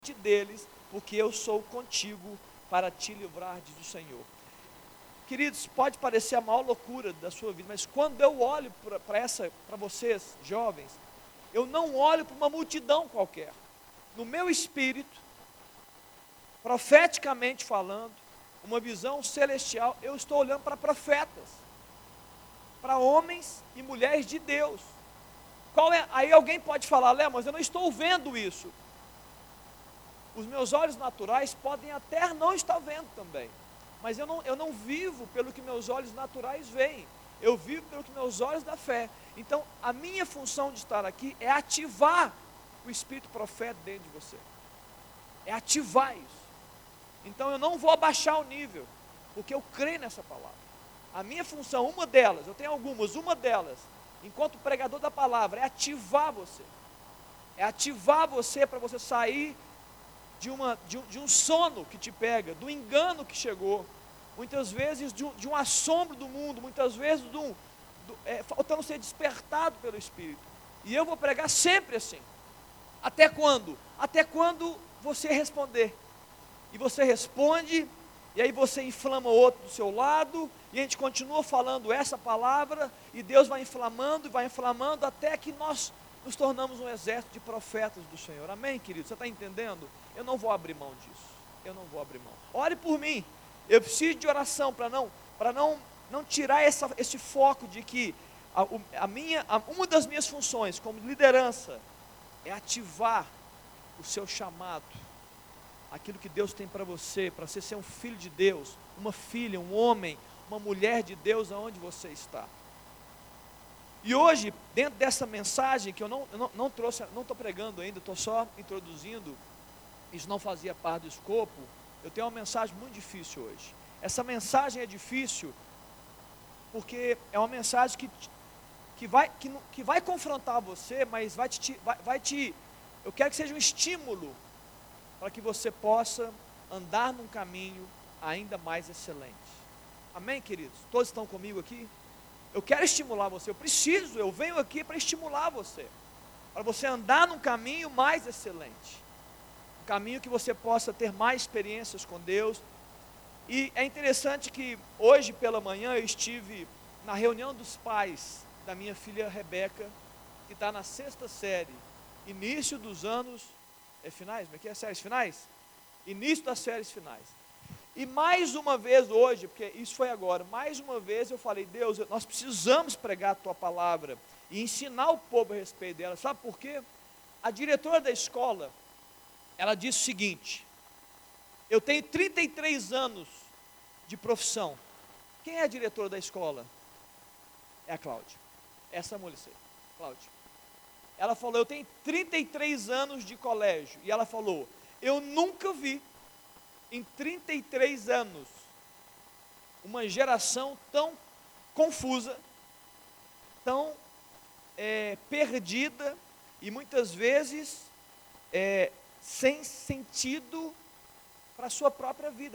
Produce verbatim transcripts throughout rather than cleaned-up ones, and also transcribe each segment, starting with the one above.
deles, porque eu sou contigo para te livrar, diz o Senhor. Queridos, pode parecer a maior loucura da sua vida, mas quando eu olho para essa, para vocês, jovens, eu não olho para uma multidão qualquer. No meu espírito, profeticamente falando, uma visão celestial, eu estou olhando para profetas, para homens e mulheres de Deus. Qual é? Aí alguém pode falar, Léo, mas eu não estou vendo isso. Os meus olhos naturais podem até não estar vendo também, mas eu não, eu não vivo pelo que meus olhos naturais veem, eu vivo pelo que meus olhos da fé. Então, a minha função de estar aqui é ativar o espírito profeta dentro de você, é ativar isso. Então, eu não vou abaixar o nível, porque eu creio nessa palavra. A minha função, uma delas, eu tenho algumas, uma delas, enquanto pregador da palavra, é ativar você, é ativar você para você sair de, uma, de, um, de um sono que te pega, do engano que chegou, muitas vezes de um, de um assombro do mundo, muitas vezes de um, do, é, faltando ser despertado pelo Espírito. E eu vou pregar sempre assim. Até quando? Até quando você responder. E você responde, e aí você inflama o outro do seu lado, e a gente continua falando essa palavra, e Deus vai inflamando, e vai inflamando, até que nós nos tornamos um exército de profetas do Senhor. Amém, querido? Você está entendendo? Eu não vou abrir mão disso. Eu não vou abrir mão. Ore por mim. Eu preciso de oração para não, para não, não tirar essa, esse foco de que a, a minha, a, uma das minhas funções como liderança é ativar o seu chamado, aquilo que Deus tem para você, para você ser um filho de Deus, uma filha, um homem, uma mulher de Deus aonde você está. E hoje, dentro dessa mensagem, que eu não, eu não, não trouxe, não estou pregando ainda, estou só introduzindo, isso não fazia parte do escopo, eu tenho uma mensagem muito difícil hoje. Essa mensagem é difícil, porque é uma mensagem que, que, vai, que, que vai confrontar você, mas vai te, vai, vai te, eu quero que seja um estímulo, para que você possa andar num caminho ainda mais excelente. Amém, queridos? Todos estão comigo aqui? Eu quero estimular você, eu preciso, eu venho aqui para estimular você, para você andar num caminho mais excelente, um caminho que você possa ter mais experiências com Deus. E é interessante que hoje pela manhã eu estive na reunião dos pais da minha filha Rebeca, que está na sexta série, início dos anos, é finais, como é que é? Séries finais? Início das séries finais. E mais uma vez hoje, porque isso foi agora, mais uma vez eu falei, Deus, nós precisamos pregar a tua palavra e ensinar o povo a respeito dela. Sabe por quê? A diretora da escola, ela disse o seguinte, eu tenho trinta e três anos de profissão. Quem é a diretora da escola? É a Cláudia, essa mulher, Cláudia. Ela falou, eu tenho trinta e três anos de colégio, e ela falou, eu nunca vi em trinta e três anos, uma geração tão confusa, tão é, perdida, e muitas vezes é, sem sentido para a sua própria vida.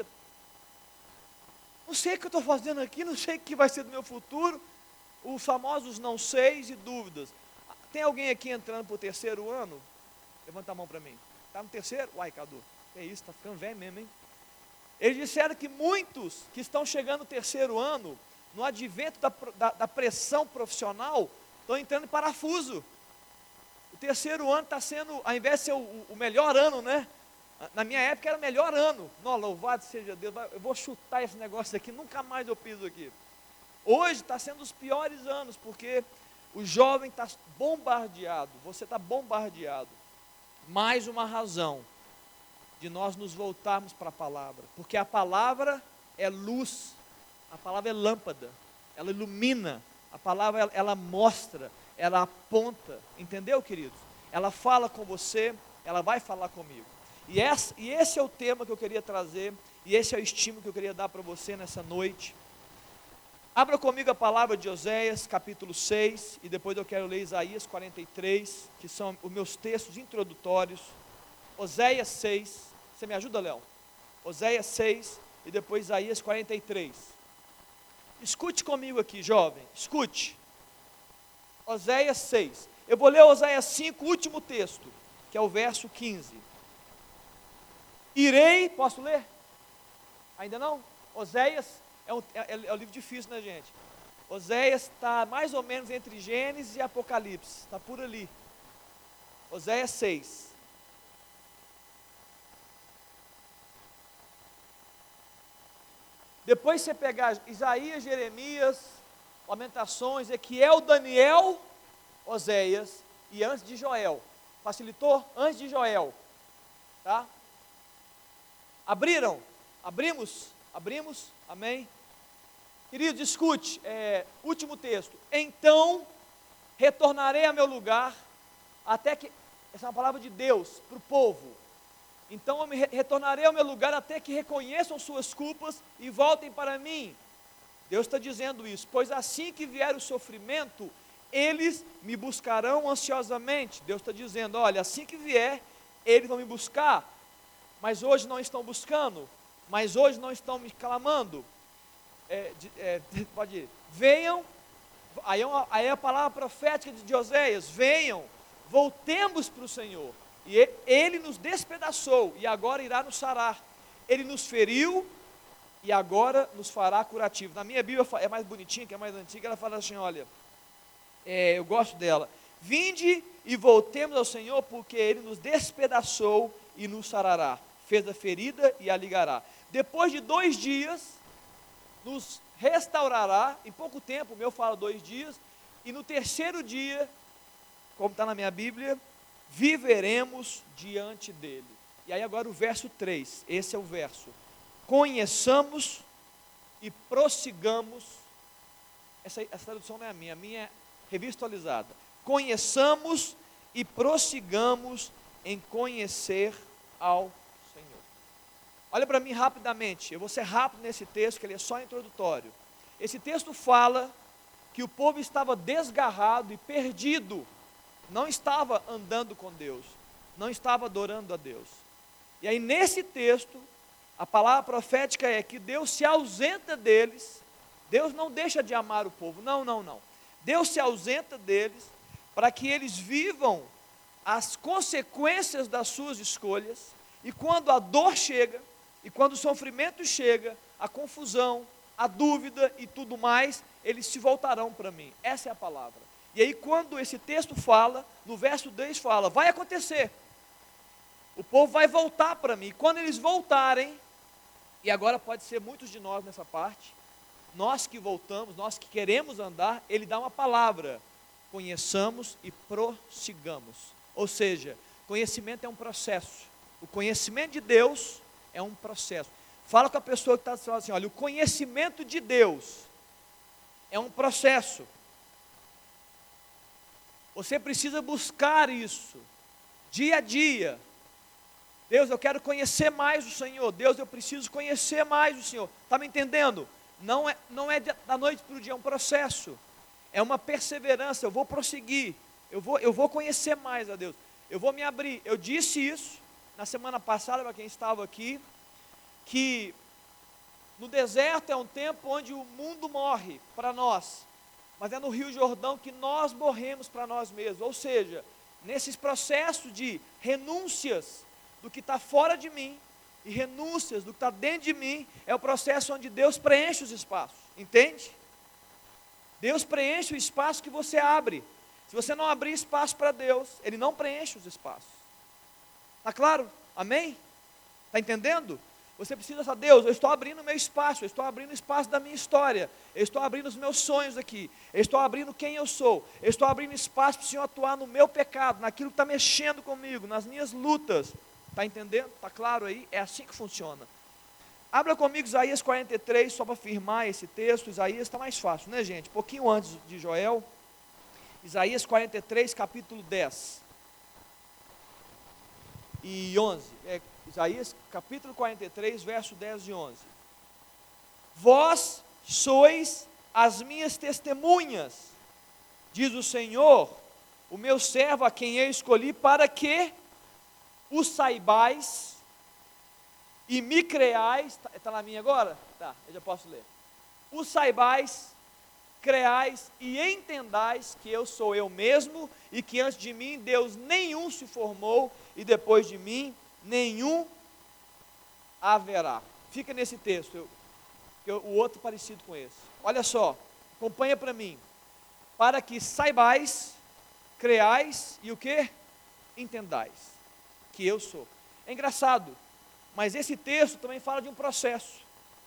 Não sei o que eu estou fazendo aqui, não sei o que vai ser do meu futuro, os famosos não seis e dúvidas. Tem alguém aqui entrando para o terceiro ano? Levanta a mão para mim. Está no terceiro? Uai, Cadu, é isso, está ficando velho mesmo, hein? Eles disseram que muitos que estão chegando no terceiro ano, no advento da, da, da pressão profissional, estão entrando em parafuso. O terceiro ano está sendo, ao invés de ser o, o melhor ano, né? Na minha época era o melhor ano. Não, louvado seja Deus, eu vou chutar esse negócio aqui, nunca mais eu piso aqui. Hoje está sendo os piores anos, porque o jovem está bombardeado, você está bombardeado. Mais uma razão de nós nos voltarmos para a palavra, porque a palavra é luz, a palavra é lâmpada, ela ilumina, a palavra ela, ela mostra, ela aponta, entendeu, queridos? Ela fala com você, ela vai falar comigo, e, essa, e esse é o tema que eu queria trazer, e esse é o estímulo que eu queria dar para você nessa noite. Abra comigo a palavra de Oséias, capítulo seis, e depois eu quero ler Isaías quarenta e três, que são os meus textos introdutórios. Oséias seis, você me ajuda, Léo? Oséias seis e depois Isaías quarenta e três. Escute comigo aqui, jovem, escute. Oséias seis. Eu vou ler Oséias cinco, último texto, que é o verso quinze. Irei, posso ler? Ainda não? Oséias, é um, é, é um livro difícil, né, gente? Oséias está mais ou menos entre Gênesis e Apocalipse, está por ali. Oséias seis. Depois você pegar Isaías, Jeremias, Lamentações, Ezequiel, Daniel, Oséias e antes de Joel. Facilitou? Antes de Joel. Tá? Abriram? Abrimos? Abrimos? Amém? Querido, escute, é, último texto. Então, retornarei a meu lugar, até que, essa é uma palavra de Deus, para o povo. Então eu me retornarei ao meu lugar, até que reconheçam suas culpas e voltem para mim. Deus está dizendo isso, pois assim que vier o sofrimento, eles me buscarão ansiosamente. Deus está dizendo, olha, assim que vier, eles vão me buscar, mas hoje não estão buscando, mas hoje não estão me clamando. É, de, é, pode ir, venham, aí é, uma, aí é a palavra profética de Oséias, venham, voltemos para o Senhor, e ele, ele nos despedaçou, e agora irá nos sarar, ele nos feriu, e agora nos fará curativo. Na minha Bíblia é mais bonitinha, que é mais antiga, ela fala assim, olha, é, eu gosto dela, vinde e voltemos ao Senhor, porque ele nos despedaçou e nos sarará, fez a ferida e a ligará. Depois de dois dias, nos restaurará, em pouco tempo, o meu fala dois dias, e no terceiro dia, como está na minha Bíblia, viveremos diante dele. E aí agora o verso três, esse é o verso. Conheçamos e prossigamos, essa, essa tradução não é a minha, a minha é revista atualizada. Conheçamos e prossigamos em conhecer ao Senhor. Olha para mim rapidamente, eu vou ser rápido nesse texto, que ele é só introdutório. Esse texto fala que o povo estava desgarrado e perdido, não estava andando com Deus, não estava adorando a Deus. E aí nesse texto, a palavra profética é que Deus se ausenta deles, Deus não deixa de amar o povo, não, não, não. Deus se ausenta deles para que eles vivam as consequências das suas escolhas, e quando a dor chega, e quando o sofrimento chega, a confusão, a dúvida e tudo mais, eles se voltarão para mim. Essa é a palavra. E aí quando esse texto fala, no verso dez fala, vai acontecer. O povo vai voltar para mim. Quando eles voltarem, e agora pode ser muitos de nós nessa parte, nós que voltamos, nós que queremos andar, ele dá uma palavra, conheçamos e prossigamos. Ou seja, conhecimento é um processo. O conhecimento de Deus é um processo. Fala com a pessoa que está falando assim, olha, o conhecimento de Deus é um processo. Você precisa buscar isso, dia a dia. Deus, eu quero conhecer mais o Senhor. Deus, eu preciso conhecer mais o Senhor. Está me entendendo? Não é, não é da noite para o dia, é um processo. É uma perseverança, eu vou prosseguir. Eu vou, eu vou conhecer mais a Deus. Eu vou me abrir. Eu disse isso na semana passada, para quem estava aqui, que no deserto é um tempo onde o mundo morre para nós, mas é no Rio Jordão que nós morremos para nós mesmos. Ou seja, nesses processos de renúncias do que está fora de mim e renúncias do que está dentro de mim, é o processo onde Deus preenche os espaços, entende? Deus preenche o espaço que você abre. Se você não abrir espaço para Deus, Ele não preenche os espaços. Está claro? Amém? Está entendendo? Você precisa falar, Deus, eu estou abrindo o meu espaço, eu estou abrindo o espaço da minha história, eu estou abrindo os meus sonhos aqui, eu estou abrindo quem eu sou, eu estou abrindo espaço para o Senhor atuar no meu pecado, naquilo que está mexendo comigo, nas minhas lutas. Está entendendo? Está claro aí? É assim que funciona. Abra comigo Isaías quarenta e três, só para firmar esse texto. Isaías está mais fácil, né, gente? Um pouquinho antes de Joel. Isaías quarenta e três, capítulo dez e onze. É, Isaías capítulo quarenta e três, verso dez e onze. Vós sois as minhas testemunhas, diz o Senhor, o meu servo a quem eu escolhi, para que o saibais e me creais. Está tá na minha agora? Tá, eu já posso ler. O saibais, creais e entendais que eu sou eu mesmo, e que antes de mim Deus nenhum se formou, e depois de mim nenhum haverá. Fica nesse texto, eu, eu, o outro parecido com esse. Olha só, acompanha para mim. Para que saibais, creais e o que? Entendais que eu sou. É engraçado, mas esse texto também fala de um processo.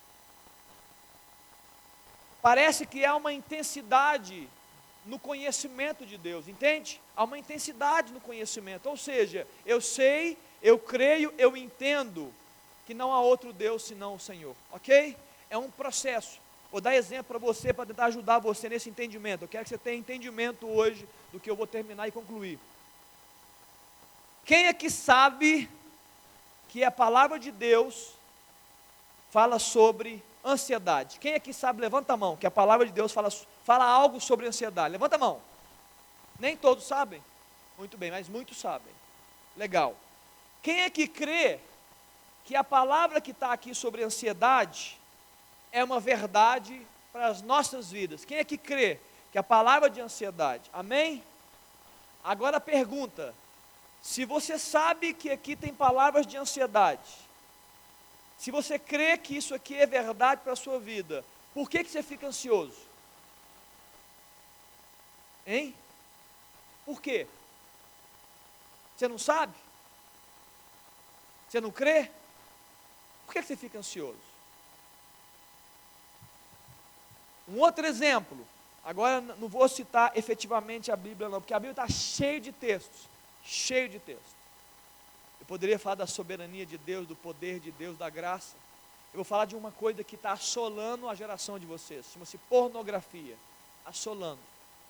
Parece que há uma intensidade no conhecimento de Deus, entende? Há uma intensidade no conhecimento, ou seja, eu sei, eu creio, eu entendo que não há outro Deus senão o Senhor, ok? É um processo. Vou dar exemplo para você, para tentar ajudar você nesse entendimento. Eu quero que você tenha entendimento hoje do que eu vou terminar e concluir. Quem é que sabe que a palavra de Deus fala sobre ansiedade? Quem é que sabe? Levanta a mão, que a palavra de Deus fala, fala algo sobre ansiedade. Levanta a mão. Nem todos sabem? Muito bem, mas muitos sabem. Legal. Quem é que crê que a palavra que está aqui sobre ansiedade é uma verdade para as nossas vidas? Quem é que crê que a palavra de ansiedade? Amém? Agora a pergunta: se você sabe que aqui tem palavras de ansiedade, se você crê que isso aqui é verdade para a sua vida, por que que você fica ansioso? Hein? Por quê? Você não sabe? Você não crê? Por que que você fica ansioso? Um outro exemplo, agora não vou citar efetivamente a Bíblia não, porque a Bíblia está cheia de textos, cheio de textos. Eu poderia falar da soberania de Deus, do poder de Deus, da graça. Eu vou falar de uma coisa que está assolando a geração de vocês, chama-se pornografia, assolando.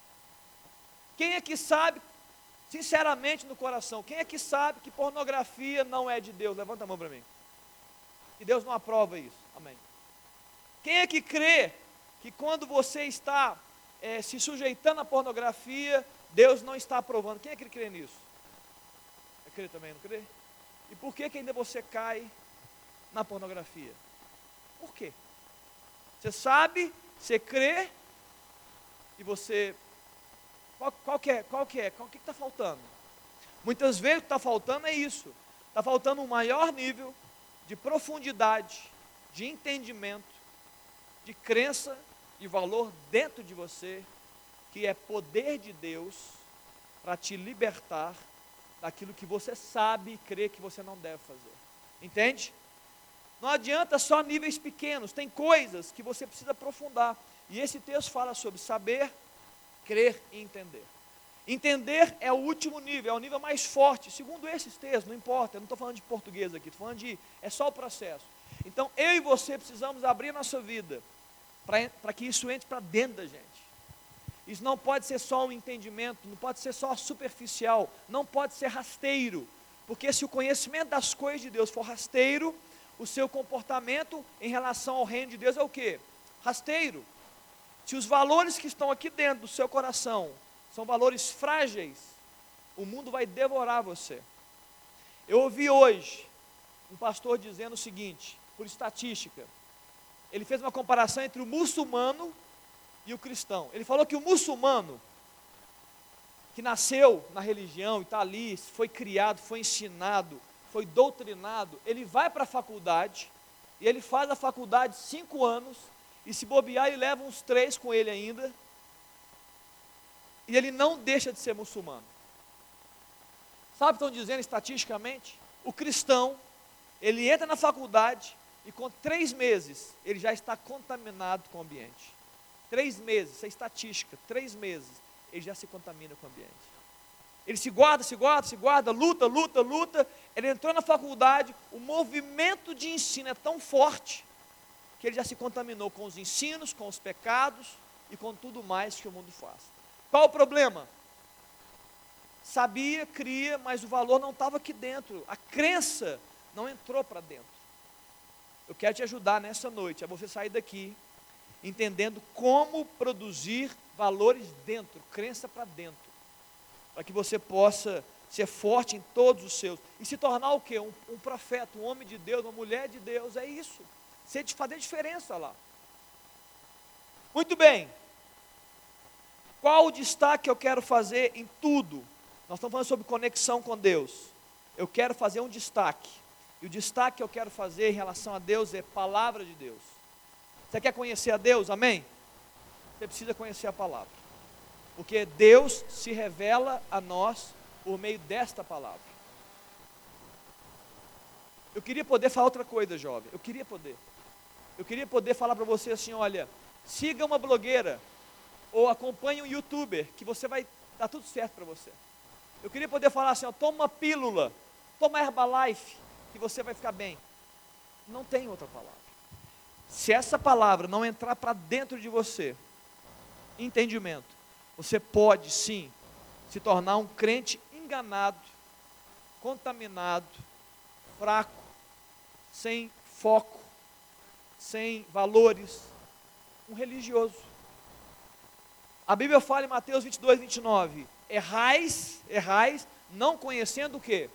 Quem é que sabe, sinceramente no coração, quem é que sabe que pornografia não é de Deus? Levanta a mão para mim. E Deus não aprova isso, amém. Quem é que crê que quando você está é, se sujeitando à pornografia, Deus não está aprovando? Quem é que crê nisso? Eu creio também, não crê? E por que que ainda você cai na pornografia? Por quê? Você sabe, você crê, e você, qual, qual que é, qual que é, qual que está faltando? Muitas vezes o que está faltando é isso, está faltando um maior nível de profundidade, de entendimento, de crença e valor dentro de você, que é poder de Deus para te libertar daquilo que você sabe e crê que você não deve fazer. Entende? Não adianta só níveis pequenos, tem coisas que você precisa aprofundar. E esse texto fala sobre saber, crer e entender. Entender é o último nível, é o nível mais forte, segundo esses textos, não importa, eu não estou falando de português aqui, estou falando de, é só o processo. Então, eu e você precisamos abrir a nossa vida, para que isso entre para dentro da gente. Isso não pode ser só um entendimento, não pode ser só superficial, não pode ser rasteiro, porque se o conhecimento das coisas de Deus for rasteiro, o seu comportamento em relação ao reino de Deus é o quê? Rasteiro. Se os valores que estão aqui dentro do seu coração são valores frágeis, o mundo vai devorar você. Eu ouvi hoje um pastor dizendo o seguinte, por estatística, ele fez uma comparação entre o muçulmano e o cristão. Ele falou que o muçulmano, que nasceu na religião e está ali, foi criado, foi ensinado, foi doutrinado, ele vai para a faculdade, e ele faz a faculdade cinco anos, e se bobear ele leva uns três com ele ainda, e ele não deixa de ser muçulmano. Sabe o que estão dizendo estatisticamente? O cristão, ele entra na faculdade, e com três meses, ele já está contaminado com o ambiente. Três meses, isso é estatística, três meses, ele já se contamina com o ambiente. Ele se guarda, se guarda, se guarda, luta, luta, luta. Ele entrou na faculdade, o movimento de ensino é tão forte, que ele já se contaminou com os ensinos, com os pecados e com tudo mais que o mundo faz. Qual o problema? Sabia, cria, mas o valor não estava aqui dentro, a crença não entrou para dentro. Eu quero te ajudar nessa noite, a você sair daqui, entendendo como produzir valores dentro, crença para dentro, para que você possa ser forte em todos os seus, e se tornar o quê? Um, um profeta, um homem de Deus, uma mulher de Deus, é isso, ser de fazer diferença lá. Muito bem, qual o destaque que eu quero fazer em tudo? Nós estamos falando sobre conexão com Deus, eu quero fazer um destaque, E o destaque que eu quero fazer em relação a Deus é palavra de Deus. Você quer conhecer a Deus? Amém? Você precisa conhecer a palavra. Porque Deus se revela a nós por meio desta palavra. Eu queria poder falar outra coisa, jovem. Eu queria poder. Eu queria poder falar para você assim, olha, siga uma blogueira ou acompanhe um youtuber, que você vai dar tudo certo para você. Eu queria poder falar assim, ó, toma uma pílula, toma Herbalife, que você vai ficar bem. Não tem outra palavra. Se essa palavra não entrar para dentro de você, entendimento, você pode sim se tornar um crente enganado, contaminado, fraco, sem foco, sem valores, um religioso. A Bíblia fala em Mateus vinte e dois, vinte e nove, errais, errais, não conhecendo o quê?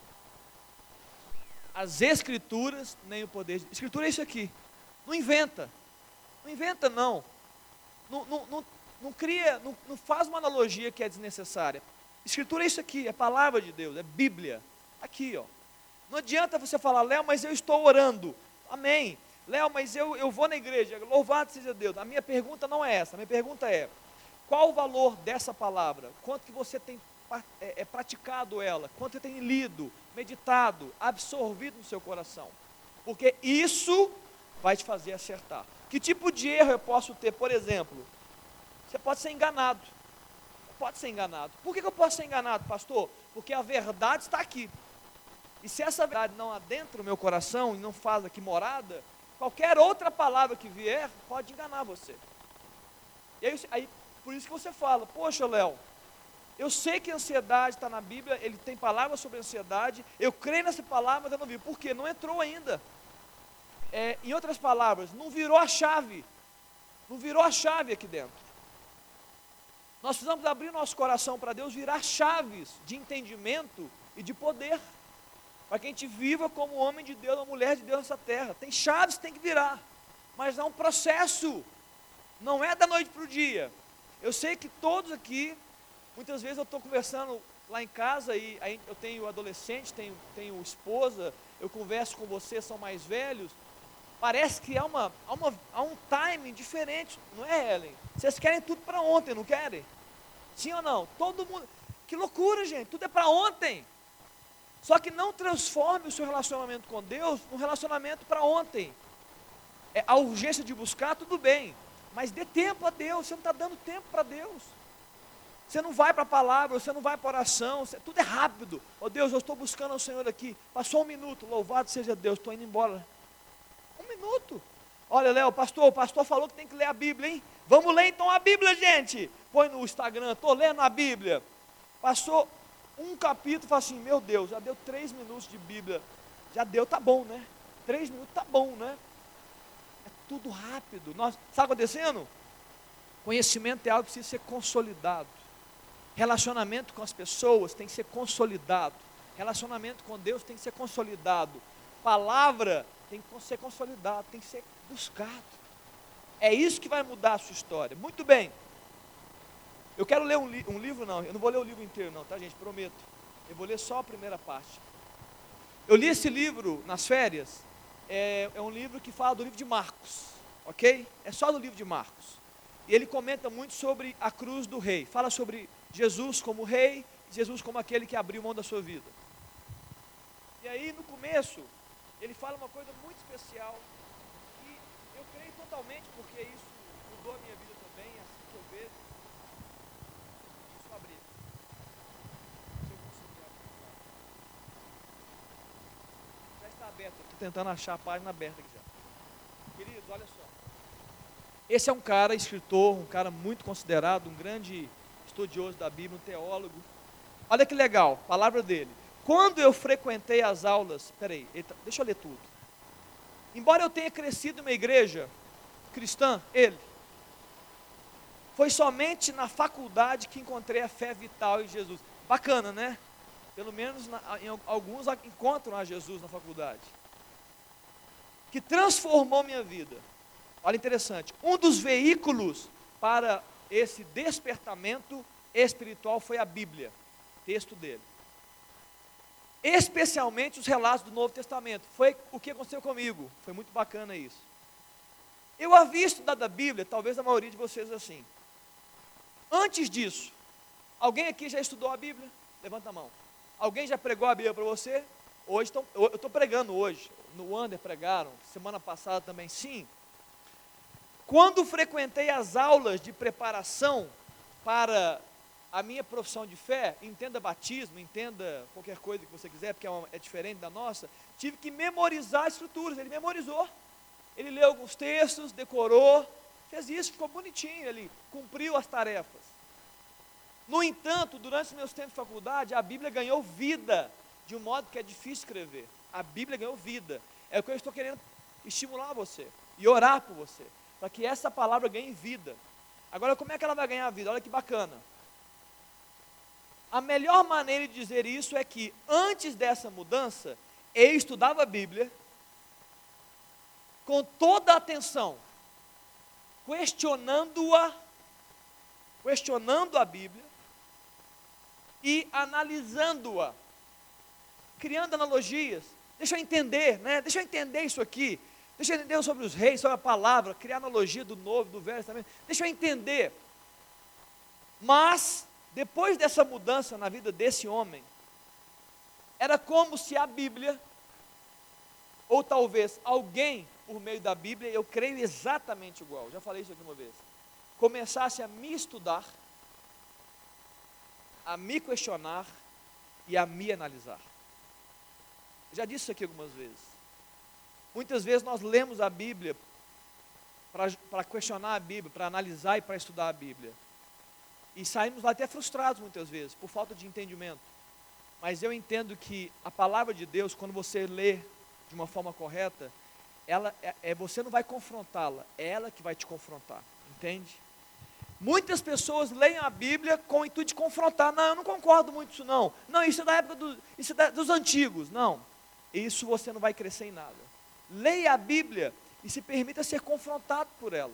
As Escrituras, nem o poder. Escritura é isso aqui. Não inventa. Não inventa, não. Não, não, não, não cria, não, não faz uma analogia que é desnecessária. Escritura é isso aqui, é palavra de Deus, é Bíblia. Aqui, ó. Não adianta você falar, Léo, mas eu estou orando. Amém. Léo, mas eu, eu vou na igreja. Louvado seja Deus. A minha pergunta não é essa. A minha pergunta é, qual o valor dessa palavra? Quanto que você tem é, é, praticado ela? Quanto você tem lido, meditado, absorvido no seu coração? Porque isso vai te fazer acertar. Que tipo de erro eu posso ter? Por exemplo, você pode ser enganado. Pode ser enganado. Por que, que eu posso ser enganado, pastor? Porque a verdade está aqui. E se essa verdade não adentra o meu coração e não faz aqui morada, qualquer outra palavra que vier pode enganar você. E aí, aí por isso que você fala, poxa, Léo, eu sei que a ansiedade está na Bíblia, ele tem palavras sobre ansiedade, eu creio nessa palavra, mas eu não vi. Por quê? Não entrou ainda. É, em outras palavras, não virou a chave. Não virou a chave aqui dentro. Nós precisamos abrir nosso coração para Deus, virar chaves de entendimento e de poder, para que a gente viva como homem de Deus, uma mulher de Deus nessa terra. Tem chaves que tem que virar, mas é um processo, não é da noite para o dia. Eu sei que todos aqui, muitas vezes eu estou conversando lá em casa, e aí eu tenho adolescente, tenho, tenho esposa, eu converso com vocês, são mais velhos, parece que há, uma, há, uma, há um timing diferente, não é, Ellen? Vocês querem tudo para ontem, não querem? Sim ou não? Todo mundo, que loucura, gente, tudo é para ontem. Só que não transforme o seu relacionamento com Deus num relacionamento para ontem. É, a urgência de buscar, tudo bem, mas dê tempo a Deus. Você não está dando tempo para Deus. Você não vai para a palavra, você não vai para a oração, você, tudo é rápido. Oh Deus, eu estou buscando ao Senhor aqui, passou um minuto, louvado seja Deus, estou indo embora. Um minuto. Olha, Léo, pastor, o pastor falou que tem que ler a Bíblia, hein? Vamos ler então a Bíblia, gente. Põe no Instagram, estou lendo a Bíblia. Passou um capítulo, fala assim, meu Deus, já deu três minutos de Bíblia. Já deu, tá bom, né? Três minutos tá bom, né? É tudo rápido. Nós, sabe o que está acontecendo? Conhecimento é algo que precisa ser consolidado. Relacionamento com as pessoas tem que ser consolidado. Relacionamento com Deus tem que ser consolidado. Palavra tem que ser consolidado, tem que ser buscado. É isso que vai mudar a sua história. Muito bem. Eu quero ler um, li um livro, não, eu não vou ler o livro inteiro não, tá gente, prometo. Eu vou ler só a primeira parte. Eu li esse livro nas férias, é, é um livro que fala do livro de Marcos, ok? É só do livro de Marcos. E ele comenta muito sobre a cruz do rei. Fala sobre Jesus como rei, Jesus como aquele que abriu mão da sua vida. E aí no começo, ele fala uma coisa muito especial, e eu creio totalmente, porque isso mudou a minha vida também, assim que eu vejo. Deixa eu abrir. Se eu conseguir abrir. Já está aberto, estou tentando achar a página aberta aqui já. Queridos, olha só. Esse é um cara, escritor, um cara muito considerado, um grande estudioso da Bíblia, um teólogo. Olha que legal, palavra dele. Quando eu frequentei as aulas, peraí, deixa eu ler tudo. Embora eu tenha crescido em uma igreja cristã, ele, foi somente na faculdade que encontrei a fé vital em Jesus. Bacana, né? Pelo menos na, em, alguns encontram a Jesus na faculdade. Que transformou minha vida. Olha interessante, um dos veículos para esse despertamento espiritual foi a Bíblia, texto dele. especialmente os relatos do Novo Testamento. Foi o que aconteceu comigo, foi muito bacana isso. Eu havia estudado a Bíblia, talvez a maioria de vocês assim. Antes disso, alguém aqui já estudou a Bíblia? Levanta a mão. Alguém já pregou a Bíblia para você? Hoje, tão, eu estou pregando hoje, no Wander pregaram, semana passada também, sim. Quando frequentei as aulas de preparação para a minha profissão de fé, entenda batismo, entenda qualquer coisa que você quiser, porque é, uma, é diferente da nossa, tive que memorizar as escrituras. Ele memorizou, ele leu alguns textos, decorou, fez isso, ficou bonitinho, ele cumpriu as tarefas. No entanto, durante os meus tempos de faculdade, a Bíblia ganhou vida, de um modo que é difícil escrever. A Bíblia ganhou vida, é o que eu estou querendo estimular você, e orar por você, para que essa palavra ganhe vida. Agora, como é que ela vai ganhar vida? Olha que bacana. A melhor maneira de dizer isso é que, antes dessa mudança, eu estudava a Bíblia, com toda a atenção, questionando-a, questionando a Bíblia, e analisando-a, criando analogias. Deixa eu entender, né? Deixa eu entender isso aqui, deixa eu entender sobre os reis, sobre a palavra, criar analogia do Novo, do Velho também, deixa eu entender. Mas, depois dessa mudança na vida desse homem, era como se a Bíblia, ou talvez alguém por meio da Bíblia, eu creio exatamente igual, já falei isso aqui uma vez, começasse a me estudar, a me questionar e a me analisar. Já disse isso aqui algumas vezes. Muitas vezes nós lemos a Bíblia para questionar a Bíblia, para analisar e para estudar a Bíblia. E saímos lá até frustrados muitas vezes, por falta de entendimento. Mas eu entendo que a palavra de Deus, quando você lê de uma forma correta, ela, é, é, você não vai confrontá-la, é ela que vai te confrontar, entende? Muitas pessoas leem a Bíblia com o intuito de confrontar. Não, eu não concordo muito com isso não. Não, isso é da época do, isso é da, dos antigos. Não, isso você não vai crescer em nada. Leia a Bíblia e se permita ser confrontado por ela.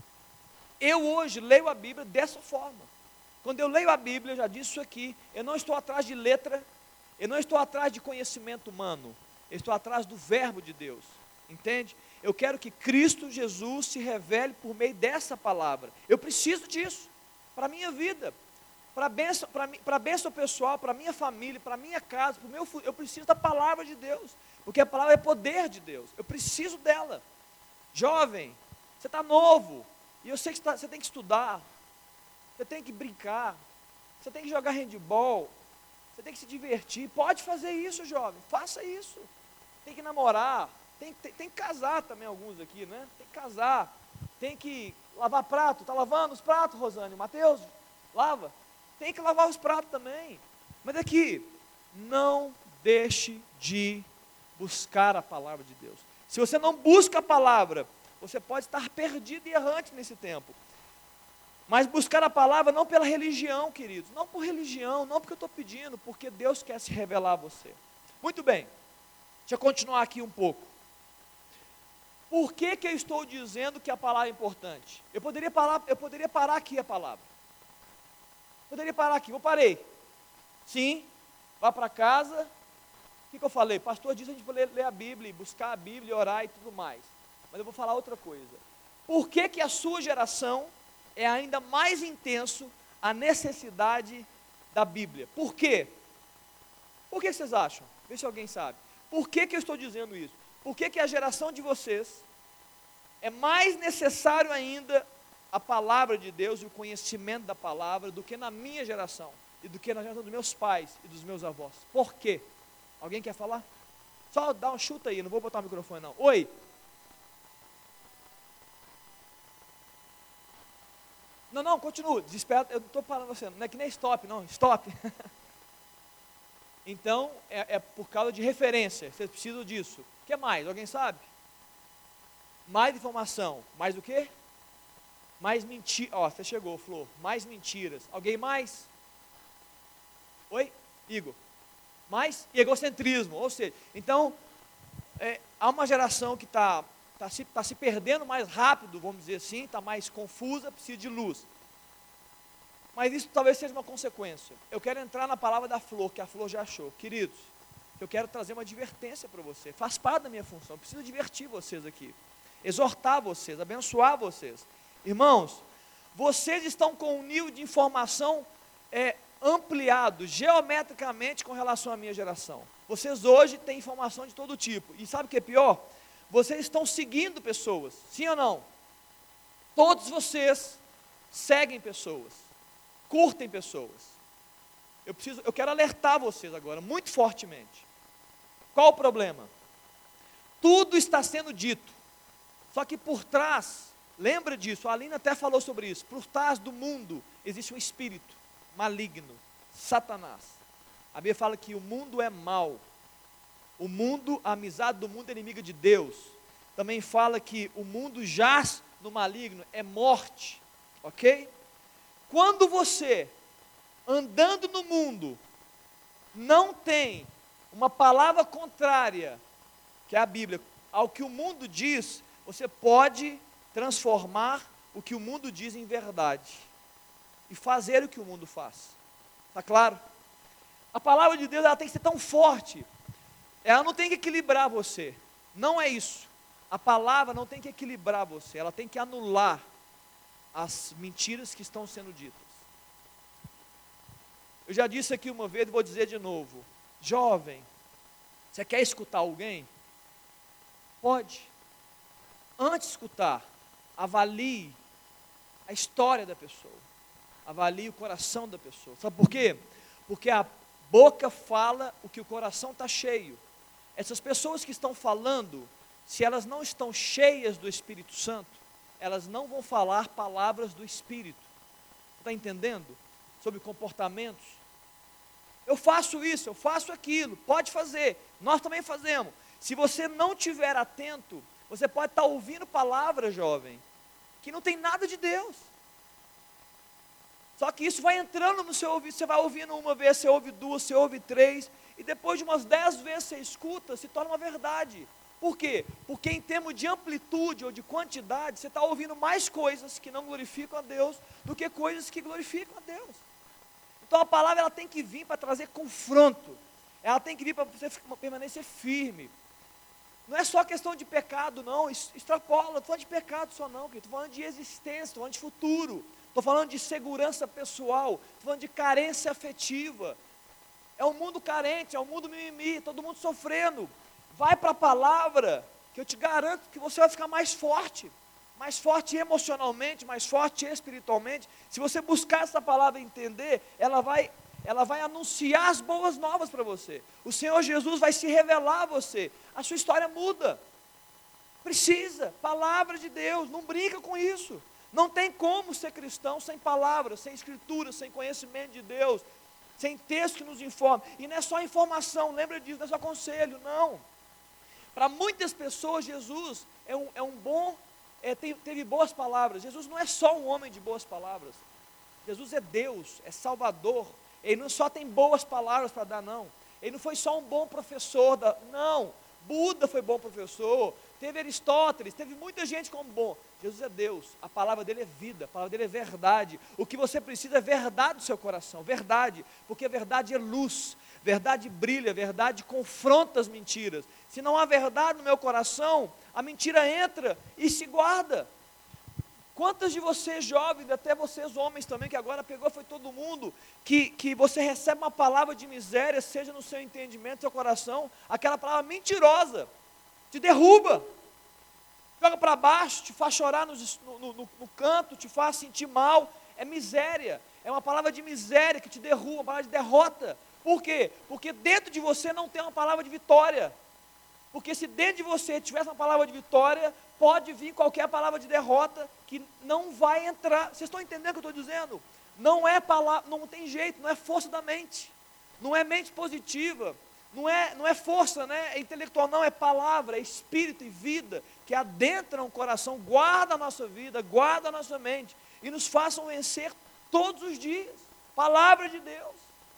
Eu hoje leio a Bíblia dessa forma. Quando eu leio a Bíblia, eu já disse isso aqui, eu não estou atrás de letra, eu não estou atrás de conhecimento humano, eu estou atrás do verbo de Deus, entende? Eu quero que Cristo Jesus se revele por meio dessa palavra. Eu preciso disso, para a minha vida, para a bênção, para a bênção pessoal, para a minha família, para a minha casa, para o meu futuro. Eu preciso da palavra de Deus, porque a palavra é poder de Deus, eu preciso dela. Jovem, você está novo, e eu sei que você, tá, você tem que estudar, você tem que brincar, você tem que jogar handball, você tem que se divertir. Pode fazer isso, jovem, faça isso. Tem que namorar, tem, tem, tem que casar também, alguns aqui, né? Tem que casar, tem que lavar prato. Está lavando os pratos, Rosane? Mateus, lava. Tem que lavar os pratos também. Mas aqui, não deixe de buscar a palavra de Deus. Se você não busca a palavra, você pode estar perdido e errante nesse tempo. Mas buscar a palavra não pela religião, queridos, não por religião, não porque eu estou pedindo, porque Deus quer se revelar a você. Muito bem, deixa eu continuar aqui um pouco. Por que que eu estou dizendo que a palavra é importante? Eu poderia parar, eu poderia parar aqui a palavra. Poderia parar aqui, eu parei. Sim, vá para casa. O que, que eu falei? Pastor disse a gente ler, ler a Bíblia, buscar a Bíblia, orar e tudo mais. Mas eu vou falar outra coisa. Por que que a sua geração é ainda mais intenso a necessidade da Bíblia? Por quê? Por que vocês acham? Vê se alguém sabe. Por que que eu estou dizendo isso? Por que que a geração de vocês é mais necessário ainda a palavra de Deus e o conhecimento da palavra do que na minha geração e do que na geração dos meus pais e dos meus avós? Por quê? Alguém quer falar? Só dá um chute aí, não vou botar o microfone não. Oi? Não, não, continua, desespera, eu não estou parando você, não é que nem stop, não, stop. Então, é, é por causa de referência, vocês precisam disso. O que mais? Alguém sabe? Mais informação, mais o quê? Mais mentira, ó, você chegou, Flor, mais mentiras. Alguém mais? Oi? Igor? Mais? E egocentrismo, ou seja, então, é, há uma geração que está tá se, tá se perdendo mais rápido, vamos dizer assim, está mais confusa, precisa de luz. Mas isso talvez seja uma consequência. Eu quero entrar na palavra da Flor, que a Flor já achou. Queridos, Eu quero trazer uma advertência para você. Faz parte da minha função. Eu preciso divertir vocês aqui. Exortar vocês, abençoar vocês. Irmãos, vocês estão com um nível de informação é, ampliado, geometricamente, com relação à minha geração. Vocês hoje têm informação de todo tipo. E sabe o que é pior? Vocês estão seguindo pessoas. Sim ou não? Todos vocês seguem pessoas. Curtem pessoas. Eu, preciso, eu quero alertar vocês agora, muito fortemente. Qual o problema? Tudo está sendo dito, só que por trás, lembra disso, a Aline até falou sobre isso, por trás do mundo existe um espírito maligno, Satanás. A Bíblia fala que o mundo é mau, o mundo, a amizade do mundo é inimiga de Deus. Também fala que o mundo jaz no maligno, é morte, ok? Quando você, andando no mundo, não tem uma palavra contrária, que é a Bíblia, ao que o mundo diz, você pode transformar o que o mundo diz em verdade, e fazer o que o mundo faz, está claro? A palavra de Deus, ela tem que ser tão forte, ela não tem que equilibrar você, não é isso, a palavra não tem que equilibrar você, ela tem que anular as mentiras que estão sendo ditas. Eu já disse aqui uma vez e vou dizer de novo, jovem, você quer escutar alguém? Pode. Antes de escutar, avalie a história da pessoa, avalie o coração da pessoa. Sabe por quê? Porque a boca fala o que o coração está cheio. Essas pessoas que estão falando, se elas não estão cheias do Espírito Santo, elas não vão falar palavras do Espírito. Está entendendo? Sobre comportamentos. Eu faço isso, eu faço aquilo, pode fazer, nós também fazemos. Se você não estiver atento, você pode estar ouvindo palavras, jovem, que não tem nada de Deus. Só que isso vai entrando no seu ouvido, você vai ouvindo uma vez, você ouve duas, você ouve três, e depois de umas dez vezes você escuta, se torna uma verdade. Por quê? Porque em termos de amplitude ou de quantidade, você está ouvindo mais coisas que não glorificam a Deus, do que coisas que glorificam a Deus. Então a palavra ela tem que vir para trazer confronto, ela tem que vir para você permanecer firme. Não é só questão de pecado não, extrapola, não estou falando de pecado só não, estou falando de existência, estou falando de futuro, estou falando de segurança pessoal, estou falando de carência afetiva. É um mundo carente, é um mundo mimimi, todo mundo sofrendo. Vai para a palavra, que eu te garanto que você vai ficar mais forte, mais forte emocionalmente, mais forte espiritualmente. Se você buscar essa palavra e entender, ela vai, ela vai anunciar as boas novas para você. O Senhor Jesus vai se revelar a você, a sua história muda. Precisa, palavra de Deus, não brinca com isso. Não tem como ser cristão sem palavra, sem escritura, sem conhecimento de Deus, sem texto que nos informe. E não é só informação, lembra disso, não é só conselho, não. Para muitas pessoas, Jesus é um, é um bom, é, tem, teve boas palavras. Jesus não é só um homem de boas palavras. Jesus é Deus, é Salvador. Ele não só tem boas palavras para dar, não. Ele não foi só um bom professor, da, não. Buda foi bom professor, teve Aristóteles, teve muita gente como bom. Jesus é Deus, a palavra dele é vida, a palavra dele é verdade. O que você precisa é verdade do seu coração, verdade, porque a verdade é luz, verdade brilha, verdade confronta as mentiras. Se não há verdade no meu coração, a mentira entra e se guarda. Quantas de vocês jovens, até vocês homens também, que agora pegou, foi todo mundo, que, que você recebe uma palavra de miséria, seja no seu entendimento, no seu coração, aquela palavra mentirosa, te derruba, joga para baixo, te faz chorar no, no, no, no canto, te faz sentir mal, é miséria, é uma palavra de miséria que te derruba, uma palavra de derrota. Por quê? Porque dentro de você não tem uma palavra de vitória. Porque se dentro de você tivesse uma palavra de vitória, pode vir qualquer palavra de derrota que não vai entrar. Vocês estão entendendo o que eu estou dizendo? Não é palavra, não tem jeito, não é força da mente, não é mente positiva, não é, não é força, né? É intelectual, não, é palavra, é espírito e vida que adentram o coração, guarda a nossa vida, guarda a nossa mente e nos façam vencer todos os dias. Palavra de Deus.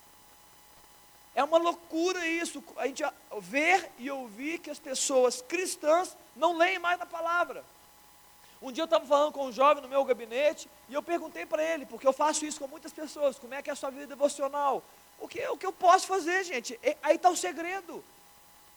É uma loucura isso, a gente ver e ouvir que as pessoas cristãs não leem mais a palavra. Um dia eu estava falando com um jovem no meu gabinete, e eu perguntei para ele, porque eu faço isso com muitas pessoas, como é que é a sua vida devocional? O que, o que eu posso fazer, gente? Aí está o segredo,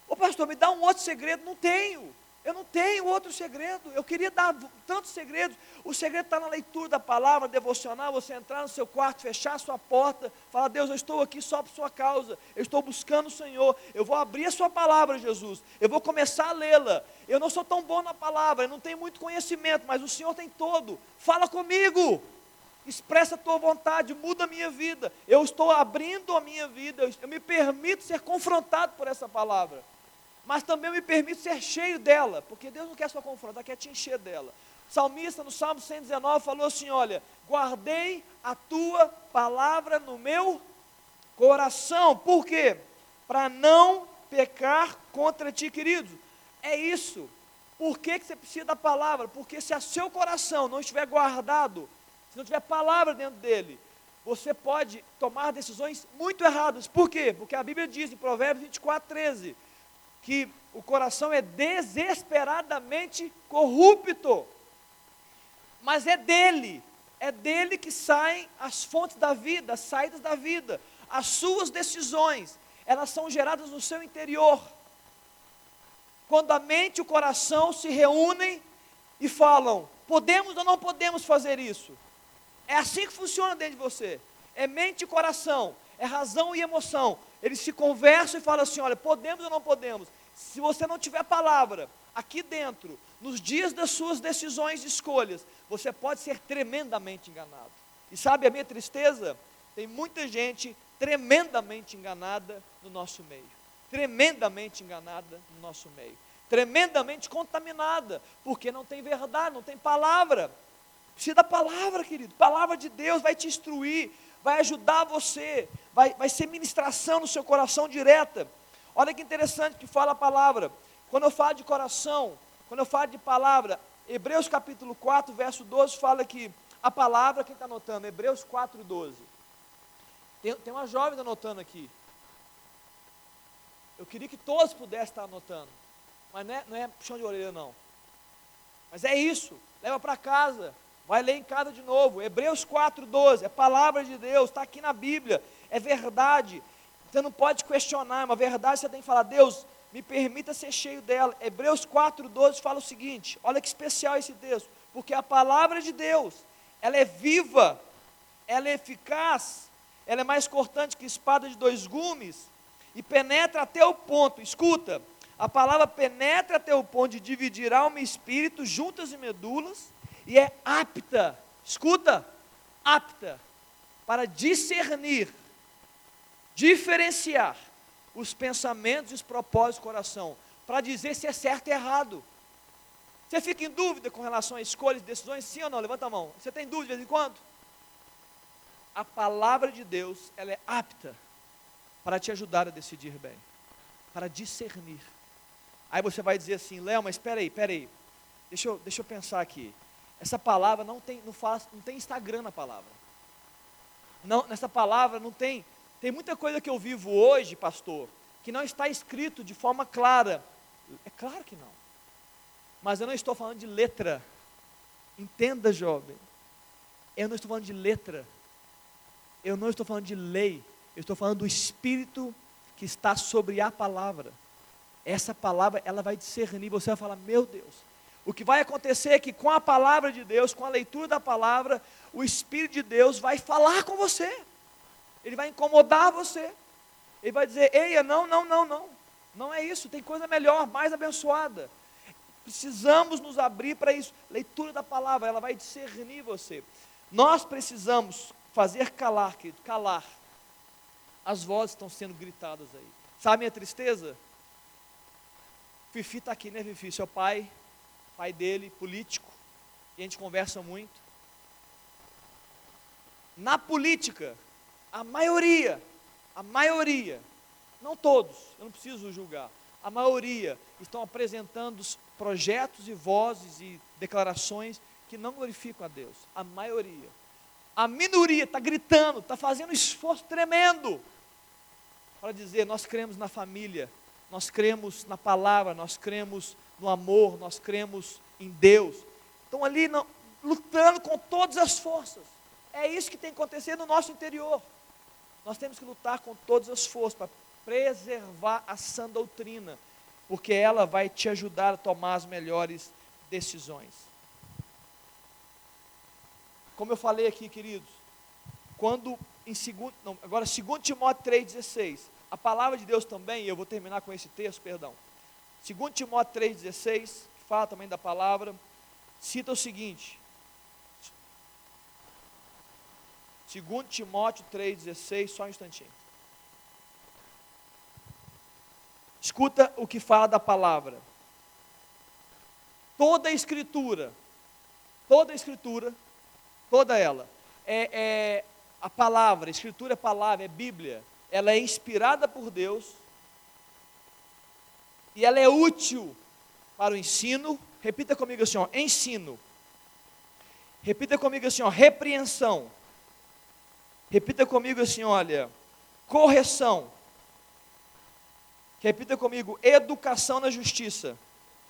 Ô pastor, me dá um outro segredo. Não tenho. Eu não tenho outro segredo. Eu queria dar tantos segredos. O segredo está na leitura da palavra, devocional, você entrar no seu quarto, fechar a sua porta, falar, Deus, eu estou aqui só por sua causa, eu estou buscando o Senhor, eu vou abrir a sua palavra, Jesus, eu vou começar a lê-la. Eu não sou tão bom na palavra, eu não tenho muito conhecimento, mas o Senhor tem todo. Fala comigo, expressa a tua vontade, muda a minha vida. Eu estou abrindo a minha vida, eu, eu me permito ser confrontado por essa palavra. Mas também eu me permito ser cheio dela, porque Deus não quer só confrontar, quer te encher dela. O salmista no Salmo cento e dezenove falou assim, olha, guardei a tua palavra no meu coração. Por quê? Para não pecar contra ti, querido. É isso. Por que, que você precisa da palavra? Porque se o seu coração não estiver guardado, se não tiver palavra dentro dele, você pode tomar decisões muito erradas. Por quê? Porque a Bíblia diz em Provérbios vinte e quatro, treze, que o coração é desesperadamente corrupto, mas é dele, é dele que saem as fontes da vida, as saídas da vida. As suas decisões, elas são geradas no seu interior. Quando a mente e o coração se reúnem e falam, podemos ou não podemos fazer isso? É assim que funciona dentro de você, é mente e coração, é razão e emoção. Eles se conversam e falam assim, olha, podemos ou não podemos? Se você não tiver palavra aqui dentro, nos dias das suas decisões e escolhas, você pode ser tremendamente enganado. E sabe a minha tristeza? Tem muita gente tremendamente enganada no nosso meio. Tremendamente enganada no nosso meio. Tremendamente contaminada, porque não tem verdade, não tem palavra. Precisa da palavra, querido. Palavra de Deus vai te instruir, vai ajudar você, vai, vai ser ministração no seu coração direta. Olha que interessante que fala a palavra. Quando eu falo de coração, quando eu falo de palavra, Hebreus capítulo quatro, verso doze, fala que a palavra, quem está anotando? Hebreus quatro, doze. Tem, tem uma jovem anotando aqui. Eu queria que todos pudessem estar anotando. Mas não é, não é puxão de orelha não. Mas é isso, leva para casa. Vai ler em casa de novo. Hebreus quatro, doze, é palavra de Deus, está aqui na Bíblia, é verdade. Você não pode questionar, é uma verdade, você tem que falar, Deus, me permita ser cheio dela. Hebreus quatro, doze fala o seguinte, olha que especial esse texto, porque a palavra de Deus, ela é viva, ela é eficaz, ela é mais cortante que espada de dois gumes, e penetra até o ponto, escuta, a palavra penetra até o ponto de dividir alma e espírito, juntas e medulas, e é apta, escuta, apta, para discernir, diferenciar os pensamentos e os propósitos do coração, para dizer se é certo e errado. Você fica em dúvida com relação a escolhas e decisões, sim ou não? Levanta a mão. Você tem dúvida de vez em quando? A palavra de Deus, ela é apta para te ajudar a decidir bem, para discernir. Aí você vai dizer assim, Léo, mas espera aí, espera aí, deixa eu, deixa eu pensar aqui. Essa palavra não tem, não faz, não tem Instagram na palavra. Não, nessa palavra não tem, tem muita coisa que eu vivo hoje, pastor, que não está escrito de forma clara. É claro que não. Mas eu não estou falando de letra. Entenda, jovem. Eu não estou falando de letra. Eu não estou falando de lei. Eu estou falando do Espírito que está sobre a palavra. Essa palavra, ela vai discernir. Você vai falar, meu Deus. O que vai acontecer é que com a palavra de Deus, com a leitura da palavra, o Espírito de Deus vai falar com você. Ele vai incomodar você. Ele vai dizer, eia, não, não, não, não. Não é isso, tem coisa melhor, mais abençoada. Precisamos nos abrir para isso. Leitura da palavra, ela vai discernir você. Nós precisamos fazer calar, querido, calar. As vozes estão sendo gritadas aí. Sabe a minha tristeza? Fifi está aqui, né, Fifi? Seu pai, pai dele, político, e a gente conversa muito. Na política, a maioria, a maioria, não todos, eu não preciso julgar, a maioria estão apresentando projetos e vozes e declarações que não glorificam a Deus, a maioria. A minoria está gritando, está fazendo um esforço tremendo para dizer, nós cremos na família, nós cremos na palavra, nós cremos no amor, nós cremos em Deus. Estão ali não, lutando com todas as forças. É isso que tem que acontecer no nosso interior. Nós temos que lutar com todas as forças para preservar a sã doutrina. porque ela vai te ajudar a tomar as melhores decisões. Como eu falei aqui, queridos, quando em segundo, não, agora dois Timóteo três, dezesseis, a palavra de Deus também, e eu vou terminar com esse texto, perdão, dois Timóteo três, dezesseis, que fala também da palavra, cita o seguinte, dois Timóteo três, dezesseis, só um instantinho. Escuta o que fala da palavra. Toda a escritura, toda a escritura, toda ela, é, é a palavra, a escritura é palavra, é Bíblia, ela é inspirada por Deus, e ela é útil para o ensino, repita comigo assim, ó, ensino, repita comigo assim, ó, repreensão, repita comigo assim, olha, correção, repita comigo, educação na justiça,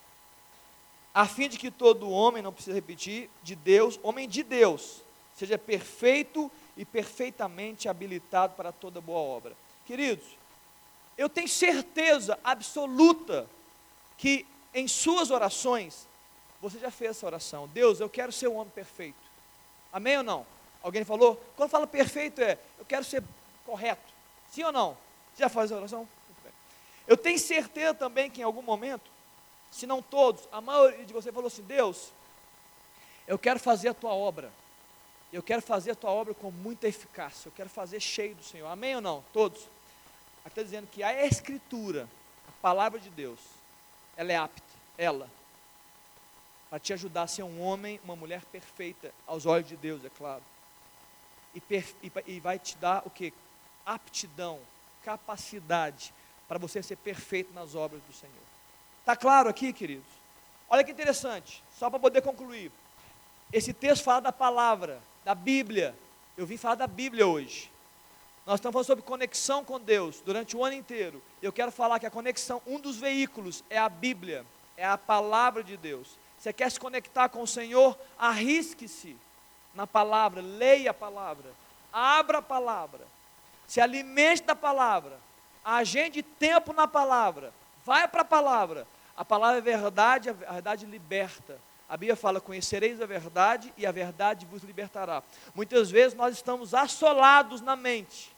a fim de que todo homem, não precisa repetir, de Deus, homem de Deus, seja perfeito e perfeitamente habilitado para toda boa obra. Queridos, eu tenho certeza absoluta que em suas orações, você já fez essa oração. Deus, eu quero ser um homem perfeito. Amém ou não? Alguém falou? Quando fala perfeito é, eu quero ser correto. Sim ou não? Já faz a oração? Eu tenho certeza também que em algum momento, se não todos, a maioria de vocês falou assim, Deus, eu quero fazer a tua obra. Eu quero fazer a tua obra com muita eficácia. Eu quero fazer cheio do Senhor. Amém ou não? Todos? Aqui está dizendo que a Escritura, a palavra de Deus, ela é apta, ela, para te ajudar a ser um homem, uma mulher perfeita, aos olhos de Deus, é claro. E, perfe, e, e vai te dar o que? Aptidão, capacidade, para você ser perfeito nas obras do Senhor. Está claro aqui, queridos? Olha que interessante, só para poder concluir. Esse texto fala da palavra, da Bíblia. Eu vim falar da Bíblia hoje. Nós estamos falando sobre conexão com Deus durante o ano inteiro. Eu quero falar que a conexão, um dos veículos é a Bíblia, é a palavra de Deus. Você quer se conectar com o Senhor? Arrisque-se na palavra, leia a palavra, abra a palavra, se alimente da palavra, agende tempo na palavra, vai para a palavra. A palavra é verdade, a verdade liberta. A Bíblia fala, conhecereis a verdade e a verdade vos libertará. Muitas vezes nós estamos assolados na mente.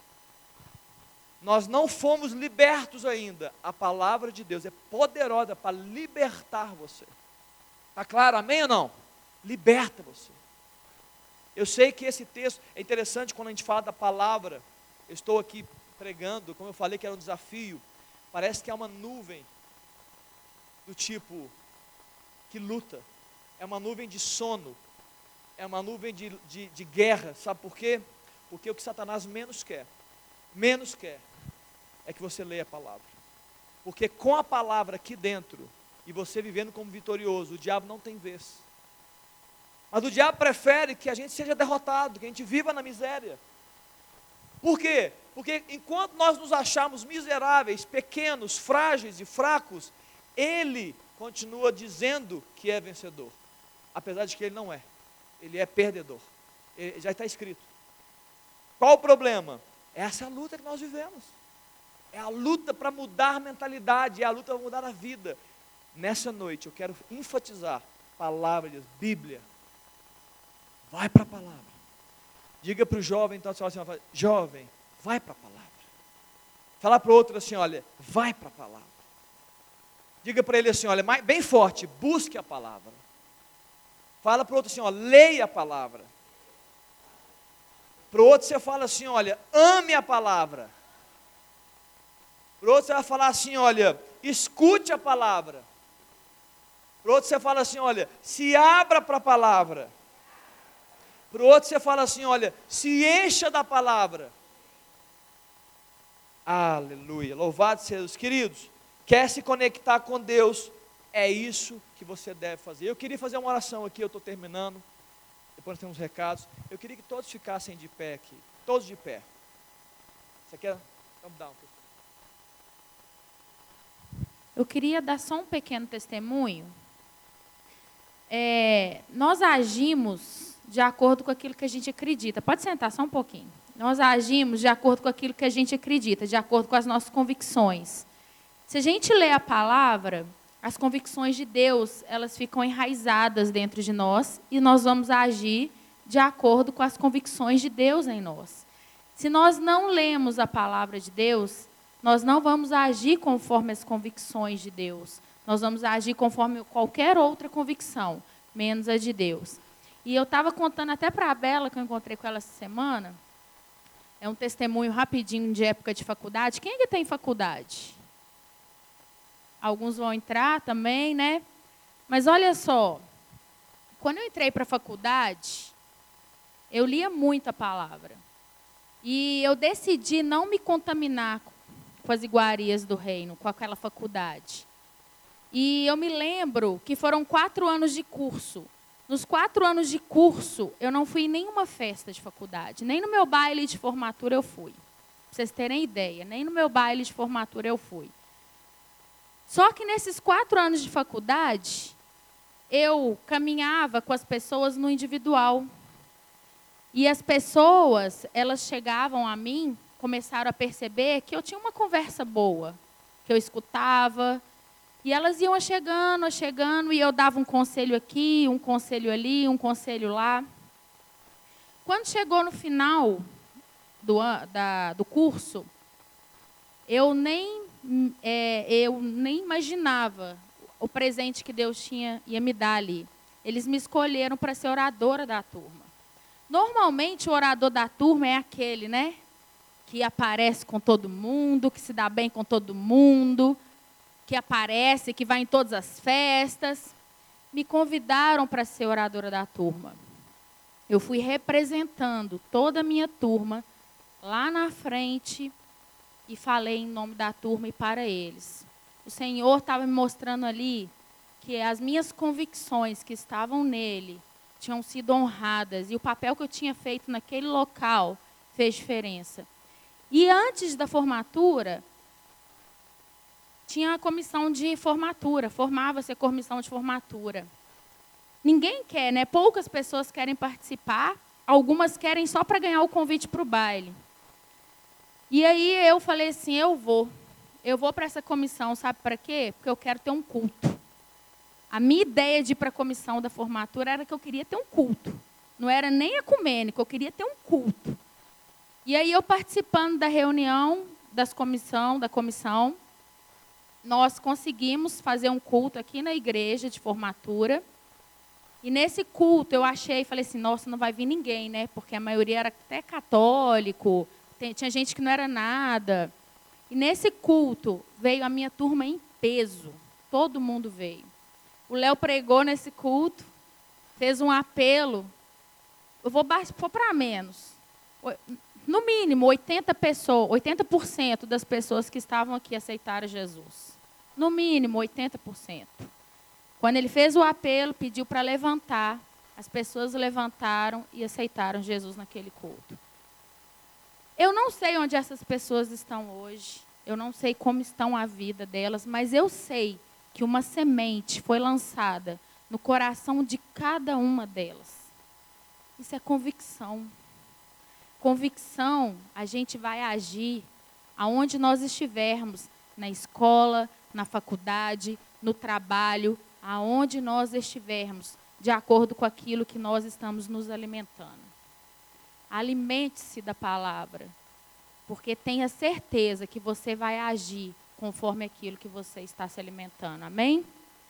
Nós não fomos libertos ainda. A palavra de Deus é poderosa para libertar você. Está claro, amém ou não? Liberta você. Eu sei que esse texto é interessante quando a gente fala da palavra. Eu estou aqui pregando, como eu falei que era um desafio. Parece que é uma nuvem do tipo que luta. É uma nuvem de sono, é uma nuvem de, de, de guerra, sabe por quê? Porque o que Satanás menos quer, menos quer, é que você leia a palavra, porque com a palavra aqui dentro, e você vivendo como vitorioso, o diabo não tem vez, mas o diabo prefere que a gente seja derrotado, que a gente viva na miséria. Por quê? Porque enquanto nós nos acharmos miseráveis, pequenos, frágeis e fracos, ele continua dizendo que é vencedor. Apesar de que ele não é, ele é perdedor, ele, já está escrito. Qual o problema? É essa luta que nós vivemos, é a luta para mudar a mentalidade, é a luta para mudar a vida. Nessa noite eu quero enfatizar, palavra de Deus, Bíblia, vai para a palavra, diga para o jovem, então, assim, jovem, vai para a palavra, fala para o outro assim, olha, vai para a palavra, diga para ele assim, olha, bem forte, busque a palavra. Fala para o outro assim, ó, leia a palavra. Para o outro você fala assim, olha, ame a palavra. Para o outro você vai falar assim, olha, escute a palavra. Para o outro você fala assim, olha, se abra para a palavra. Para o outro você fala assim, olha, se encha da palavra. Aleluia, louvado seja Deus. Queridos, quer se conectar com Deus, é isso que você deve fazer. Eu queria fazer uma oração aqui, eu estou terminando. Depois nós temos recados. Eu queria que todos ficassem de pé aqui. Todos de pé. Você quer? Vamos dar um. Eu queria dar só um pequeno testemunho. É, nós agimos de acordo com aquilo que a gente acredita. Pode sentar só um pouquinho. Nós agimos de acordo com aquilo que a gente acredita, de acordo com as nossas convicções. Se a gente lê a palavra, as convicções de Deus, elas ficam enraizadas dentro de nós e nós vamos agir de acordo com as convicções de Deus em nós. Se nós não lemos a palavra de Deus, nós não vamos agir conforme as convicções de Deus. Nós vamos agir conforme qualquer outra convicção, menos a de Deus. E eu estava contando até para a Bela, que eu encontrei com ela essa semana, é um testemunho rapidinho de época de faculdade. Quem é que tem faculdade? Alguns vão entrar também, né? Mas olha só, quando eu entrei para a faculdade, eu lia muito a palavra. E eu decidi não me contaminar com as iguarias do reino, com aquela faculdade. E eu me lembro que foram quatro anos de curso. Nos quatro anos de curso, eu não fui em nenhuma festa de faculdade. Nem no meu baile de formatura eu fui. Para vocês terem ideia, nem no meu baile de formatura eu fui. Só que nesses quatro anos de faculdade, eu caminhava com as pessoas no individual. E as pessoas, elas chegavam a mim, começaram a perceber que eu tinha uma conversa boa, que eu escutava. E elas iam chegando, chegando, e eu dava um conselho aqui, um conselho ali, um conselho lá. Quando chegou no final do, da, do curso, eu nem, é, eu nem imaginava o presente que Deus tinha, ia me dar ali. Eles me escolheram para ser oradora da turma. Normalmente, o orador da turma é aquele, né? Que aparece com todo mundo, que se dá bem com todo mundo, que aparece, que vai em todas as festas. Me convidaram para ser oradora da turma. Eu fui representando toda a minha turma lá na frente e falei em nome da turma e para eles. O Senhor estava me mostrando ali que as minhas convicções que estavam nele tinham sido honradas e o papel que eu tinha feito naquele local fez diferença. E antes da formatura, tinha a comissão de formatura, formava-se a comissão de formatura. Ninguém quer, né? Poucas pessoas querem participar, algumas querem só para ganhar o convite para o baile. E aí eu falei assim, eu vou. Eu vou para essa comissão, sabe para quê? Porque eu quero ter um culto. A minha ideia de ir para a comissão da formatura era que eu queria ter um culto. Não era nem ecumênico, eu queria ter um culto. E aí eu participando da reunião das comissão, da comissão, nós conseguimos fazer um culto aqui na igreja de formatura. E nesse culto eu achei, falei assim, nossa, não vai vir ninguém, né? Porque a maioria era até católico, tem, tinha gente que não era nada. E nesse culto veio a minha turma em peso, todo mundo veio. O Léo pregou nesse culto, fez um apelo, eu vou para menos, no mínimo oitenta pessoas, oitenta por cento das pessoas que estavam aqui aceitaram Jesus. No mínimo oitenta por cento. Quando ele fez o apelo, pediu para levantar, as pessoas levantaram e aceitaram Jesus naquele culto. Eu não sei onde essas pessoas estão hoje, eu não sei como estão a vida delas, mas eu sei que uma semente foi lançada no coração de cada uma delas. Isso é convicção. Convicção, a gente vai agir aonde nós estivermos, na escola, na faculdade, no trabalho, aonde nós estivermos, de acordo com aquilo que nós estamos nos alimentando. Alimente-se da palavra, porque tenha certeza que você vai agir conforme aquilo que você está se alimentando. Amém?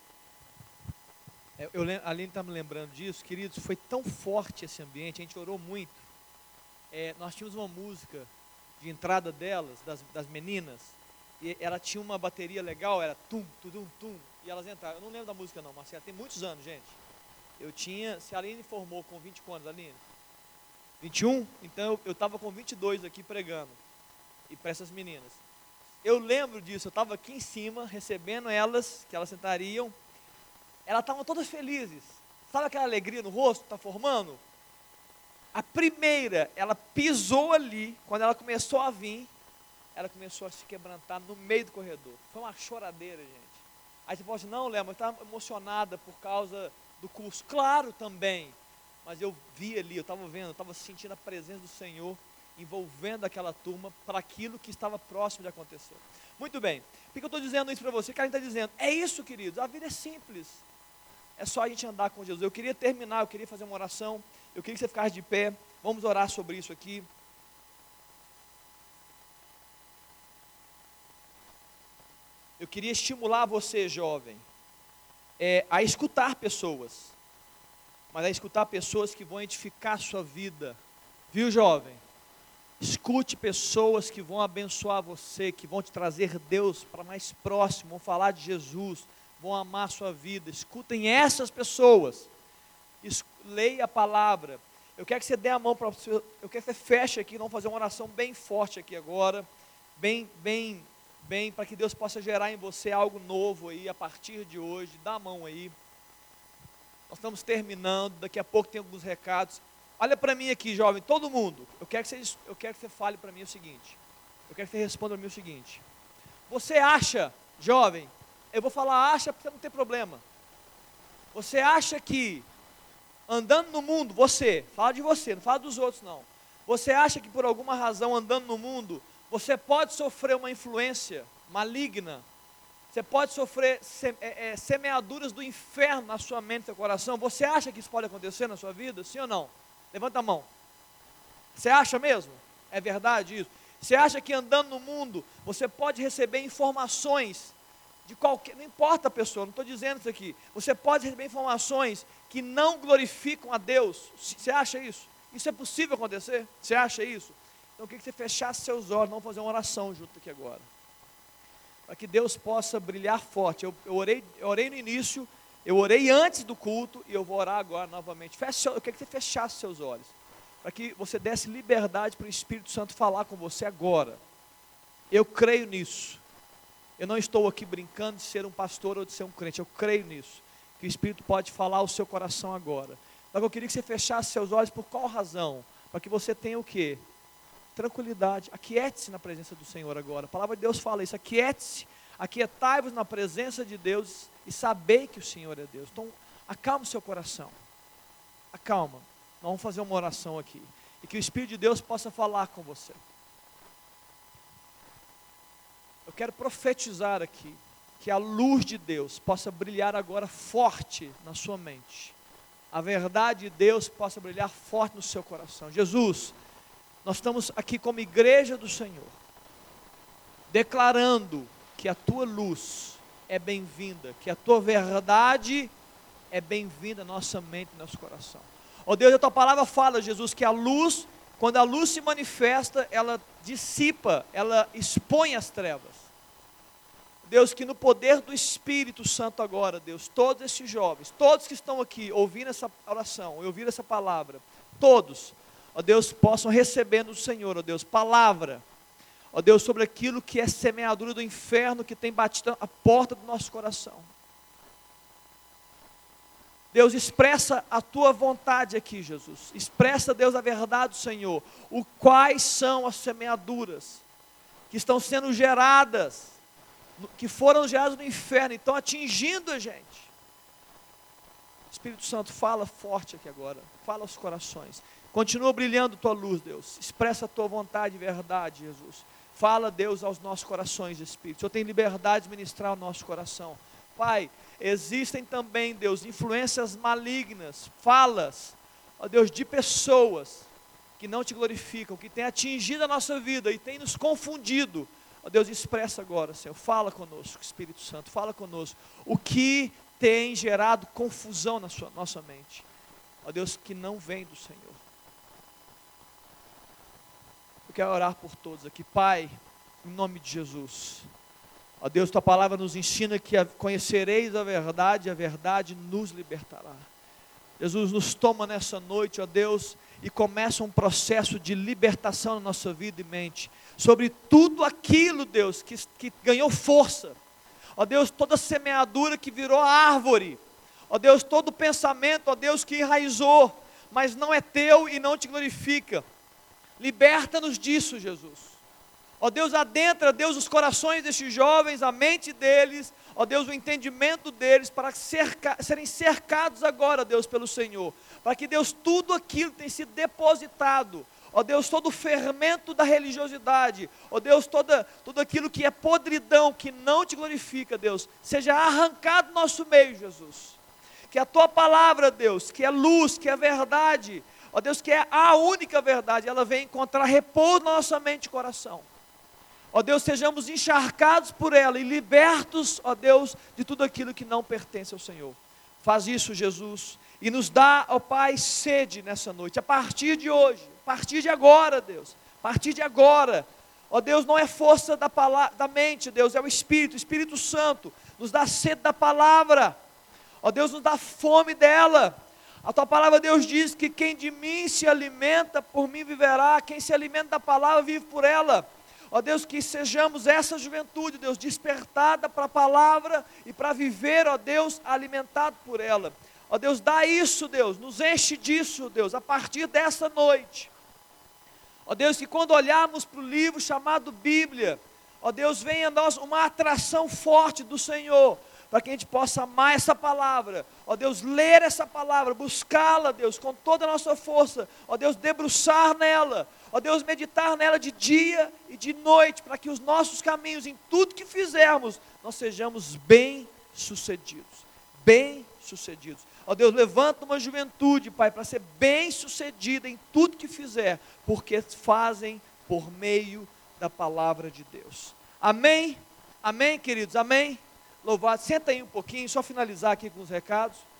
Eu, eu, a Aline está me lembrando disso, queridos, foi tão forte esse ambiente, a gente orou muito. É, nós tínhamos uma música de entrada delas, das, das meninas, e ela tinha uma bateria legal, era tum, tudum, tum, e elas entraram. Eu não lembro da música não, Marcelo, tem muitos anos, gente. Eu tinha, se a Aline formou com vinte anos, Aline? vinte e um? Então eu estava com vinte e dois aqui pregando, e para essas meninas. Eu lembro disso, eu estava aqui em cima, recebendo elas, que elas sentariam, elas estavam todas felizes. Sabe aquela alegria no rosto, está formando? A primeira, ela pisou ali, quando ela começou a vir, ela começou a se quebrantar no meio do corredor. Foi uma choradeira, gente. Aí você pode dizer, não, Léo, mas eu estava emocionada por causa do curso. Claro também, mas eu vi ali, eu estava vendo, eu estava sentindo a presença do Senhor. envolvendo aquela turma para aquilo que estava próximo de acontecer. Muito bem, por que eu estou dizendo isso para você? O que a gente está dizendo? É isso, queridos, a vida é simples, é só a gente andar com Jesus. Eu queria terminar, eu queria fazer uma oração, eu queria que você ficasse de pé, vamos orar sobre isso aqui. Eu queria estimular você, jovem, é, a escutar pessoas, mas a escutar pessoas que vão edificar a sua vida, viu, jovem? Escute pessoas que vão abençoar você, que vão te trazer Deus para mais próximo, vão falar de Jesus, vão amar a sua vida. Escutem essas pessoas, es- leia a palavra. Eu quero que você dê a mão para você, eu quero que você feche aqui, vamos fazer uma oração bem forte aqui agora, bem, bem, bem, para que Deus possa gerar em você algo novo aí, a partir de hoje. Dá a mão aí. Nós estamos terminando, daqui a pouco tem alguns recados. Olha para mim aqui, jovem, todo mundo. Eu quero que você, eu quero que você fale para mim o seguinte. Eu quero que você responda para mim o seguinte. Você acha, jovem, eu vou falar acha porque não tem problema. Você acha que andando no mundo, você, fala de você, não fala dos outros não. Você acha que por alguma razão andando no mundo, você pode sofrer uma influência maligna? Você pode sofrer se, é, é, semeaduras do inferno na sua mente e seu coração? Você acha que isso pode acontecer na sua vida? Sim ou não? Levanta a mão. Você acha mesmo? É verdade isso? Você acha que andando no mundo, você pode receber informações de qualquer, não importa a pessoa, não estou dizendo isso aqui. Você pode receber informações que não glorificam a Deus. Você acha isso? Isso é possível acontecer? Você acha isso? Então eu queria que você fechasse seus olhos, vamos fazer uma oração junto aqui agora. Para que Deus possa brilhar forte. Eu, eu, orei, eu orei no início, eu orei antes do culto e eu vou orar agora novamente. Feche, eu queria que você fechasse seus olhos, para que você desse liberdade para o Espírito Santo falar com você agora. Eu creio nisso. Eu não estou aqui brincando de ser um pastor ou de ser um crente. Eu creio nisso, que o Espírito pode falar ao seu coração agora. Então eu queria que você fechasse seus olhos. Por qual razão? Para que você tenha o quê? Tranquilidade. Aquiete-se na presença do Senhor agora. A palavra de Deus fala isso. Aquiete-se. Aquietai-vos na presença de Deus e sabei que o Senhor é Deus. Então acalma o seu coração. Acalma. Nós vamos fazer uma oração aqui. E que o Espírito de Deus possa falar com você. Eu quero profetizar aqui, que a luz de Deus possa brilhar agora forte na sua mente. A verdade de Deus possa brilhar forte no seu coração. Jesus, nós estamos aqui como igreja do Senhor, declarando que a tua luz é bem-vinda, que a tua verdade é bem-vinda à nossa mente e nosso coração. Ó Deus, a tua palavra fala, Jesus, que a luz, quando a luz se manifesta, ela dissipa, ela expõe as trevas. Deus, que no poder do Espírito Santo agora, Deus, todos esses jovens, todos que estão aqui ouvindo essa oração, e ouvindo essa palavra, todos, ó Deus, possam receber do Senhor, ó Deus, palavra, ó Deus, sobre aquilo que é semeadura do inferno, que tem batido a porta do nosso coração. Deus, expressa a tua vontade aqui, Jesus. Expressa, Deus, a verdade do Senhor. O quais são as semeaduras que estão sendo geradas, que foram geradas no inferno, e estão atingindo a gente. Espírito Santo, fala forte aqui agora. Fala aos corações. Continua brilhando tua luz, Deus. Expressa a tua vontade e verdade, Jesus. Fala, Deus, aos nossos corações, Espírito. O Senhor tem liberdade de ministrar o nosso coração. Pai, existem também, Deus, influências malignas, falas, ó Deus, de pessoas que não te glorificam, que têm atingido a nossa vida e têm nos confundido. Ó Deus, expressa agora, Senhor, fala conosco, Espírito Santo, fala conosco, o que tem gerado confusão na sua, nossa mente, ó Deus, que não vem do Senhor. Eu quero orar por todos aqui, Pai, em nome de Jesus. Ó Deus, tua palavra nos ensina que conhecereis a verdade, e a verdade nos libertará. Jesus, nos toma nessa noite, ó Deus, e começa um processo de libertação na nossa vida e mente, sobre tudo aquilo, Deus, que, que ganhou força. Ó Deus, toda semeadura que virou árvore. Ó Deus, todo pensamento, ó Deus, que enraizou, mas não é teu e não te glorifica. Liberta-nos disso, Jesus. Ó Deus, adentra, Deus, os corações destes jovens, a mente deles, ó Deus, o entendimento deles, para cerca, serem cercados agora, Deus, pelo Senhor, para que, Deus, tudo aquilo que tem sido depositado, ó Deus, todo o fermento da religiosidade, ó Deus, toda, tudo aquilo que é podridão, que não te glorifica, Deus, seja arrancado do nosso meio, Jesus. Que a tua palavra, Deus, que é luz, que é verdade, ó Deus, que é a única verdade, ela venha encontrar repouso na nossa mente e coração. Ó Deus, sejamos encharcados por ela e libertos, ó Deus, de tudo aquilo que não pertence ao Senhor. Faz isso, Jesus, e nos dá, ó Pai, sede nessa noite, a partir de hoje, a partir de agora, Deus, a partir de agora, ó Deus, não é força da, palavra, da mente, Deus, é o Espírito, o Espírito Santo, nos dá sede da palavra, ó Deus, nos dá fome dela. A tua palavra, Deus, diz que quem de mim se alimenta, por mim viverá, quem se alimenta da palavra, vive por ela. Ó Deus, que sejamos essa juventude, Deus, despertada para a palavra e para viver, ó Deus, alimentado por ela. Ó Deus, dá isso, Deus, nos enche disso, Deus, a partir dessa noite. Ó Deus, que quando olharmos para o livro chamado Bíblia, ó Deus, venha a nós uma atração forte do Senhor, para que a gente possa amar essa palavra, ó Deus, ler essa palavra, buscá-la, Deus, com toda a nossa força, ó Deus, debruçar nela, ó Deus, meditar nela de dia e de noite, para que os nossos caminhos, em tudo que fizermos, nós sejamos bem-sucedidos, bem-sucedidos. Ó Deus, levanta uma juventude, Pai, para ser bem-sucedida em tudo que fizer, porque fazem por meio da palavra de Deus. Amém? Amém, queridos? Amém? Louvado. Senta aí um pouquinho, só finalizar aqui com os recados.